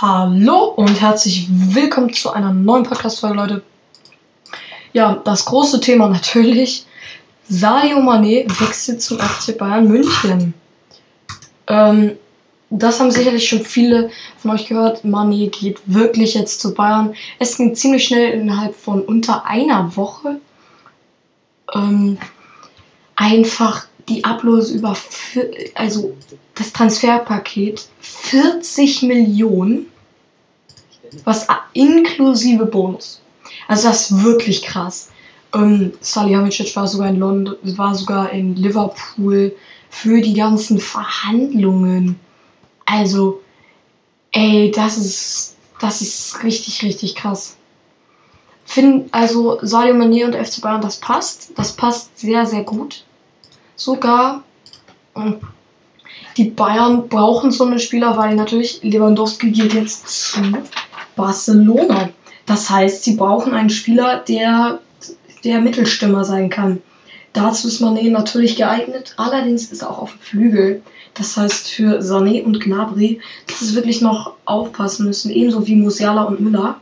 Hallo und herzlich willkommen zu einer neuen Podcast-Folge, Leute. Ja, das große Thema natürlich. Sadio Mané wechselt zum FC Bayern München. Das haben sicherlich schon viele von euch gehört. Mané geht wirklich jetzt zu Bayern. Es ging ziemlich schnell innerhalb von unter einer Woche. Einfach die Ablöse also das Transferpaket 40 Millionen, was inklusive Bonus. Also das ist wirklich krass. Salihamidzic war sogar in London, war sogar in Liverpool für die ganzen Verhandlungen. Also, das ist richtig, richtig krass. Also Sadio Mané und FC Bayern, das passt sehr, sehr gut. Sogar die Bayern brauchen so einen Spieler, weil natürlich Lewandowski geht jetzt zu Barcelona. Das heißt, sie brauchen einen Spieler, der Mittelstürmer sein kann. Dazu ist Mané natürlich geeignet, allerdings ist er auch auf dem Flügel. Das heißt, für Sané und Gnabry, dass sie wirklich noch aufpassen müssen, ebenso wie Musiala und Müller.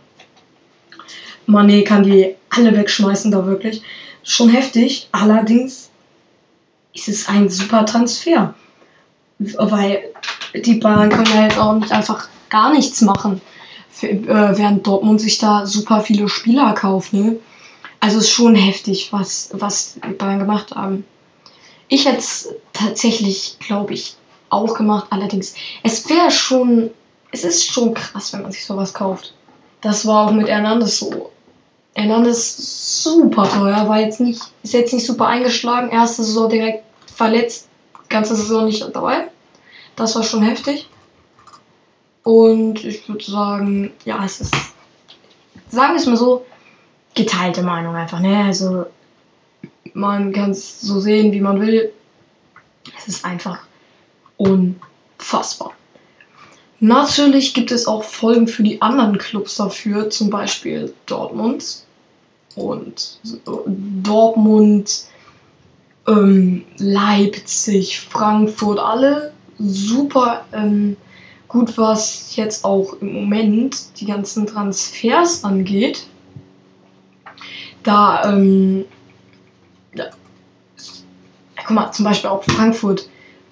Mané kann die alle wegschmeißen, da wirklich. Schon heftig, allerdings ist es ein super Transfer. Weil die Bayern können ja jetzt auch nicht einfach gar nichts machen, während Dortmund sich da super viele Spieler kauft. Ne? Also ist schon heftig, was die Bayern gemacht haben. Ich hätte es tatsächlich, glaube ich, auch gemacht. Allerdings, es ist schon krass, wenn man sich sowas kauft. Das war auch mit Hernandez so. Hernandez ist super teuer, ist jetzt nicht super eingeschlagen. Erste Saison direkt verletzt, ganze Saison nicht dabei. Das war schon heftig. Und ich würde sagen, ja, sagen wir es mal so, geteilte Meinung einfach. Ne? Also, man kann es so sehen, wie man will. Es ist einfach unfassbar. Natürlich gibt es auch Folgen für die anderen Clubs dafür, zum Beispiel Dortmund. Und Dortmund, Leipzig, Frankfurt, alle super gut, was jetzt auch im Moment die ganzen Transfers angeht. Guck mal, zum Beispiel auch Frankfurt.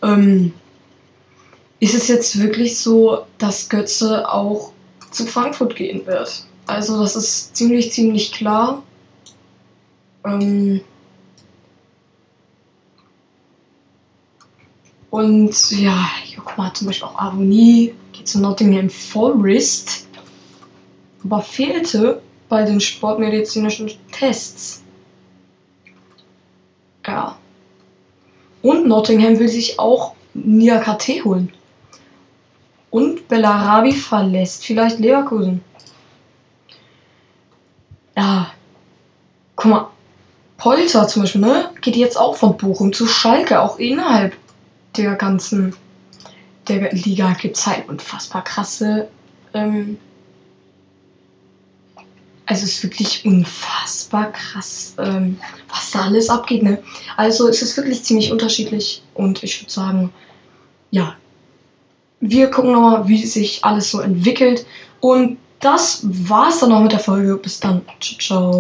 Ist es jetzt wirklich so, dass Götze auch zu Frankfurt gehen wird? Also das ist ziemlich, ziemlich klar. Und ja, guck mal, zum Beispiel auch Avonie geht zu Nottingham Forest, aber fehlte bei den sportmedizinischen Tests. Ja. Und Nottingham will sich auch Niakate holen. Und Bellarabi verlässt vielleicht Leverkusen. Ja. Guck mal, Polter zum Beispiel, ne? Geht jetzt auch von Bochum zu Schalke, auch innerhalb der Liga gibt es halt unfassbar krasse. Also es ist wirklich unfassbar krass, was da alles abgeht, ne? Also es ist wirklich ziemlich unterschiedlich und ich würde sagen, ja, wir gucken nochmal, wie sich alles so entwickelt und das war's dann auch mit der Folge. Bis dann. Ciao, ciao.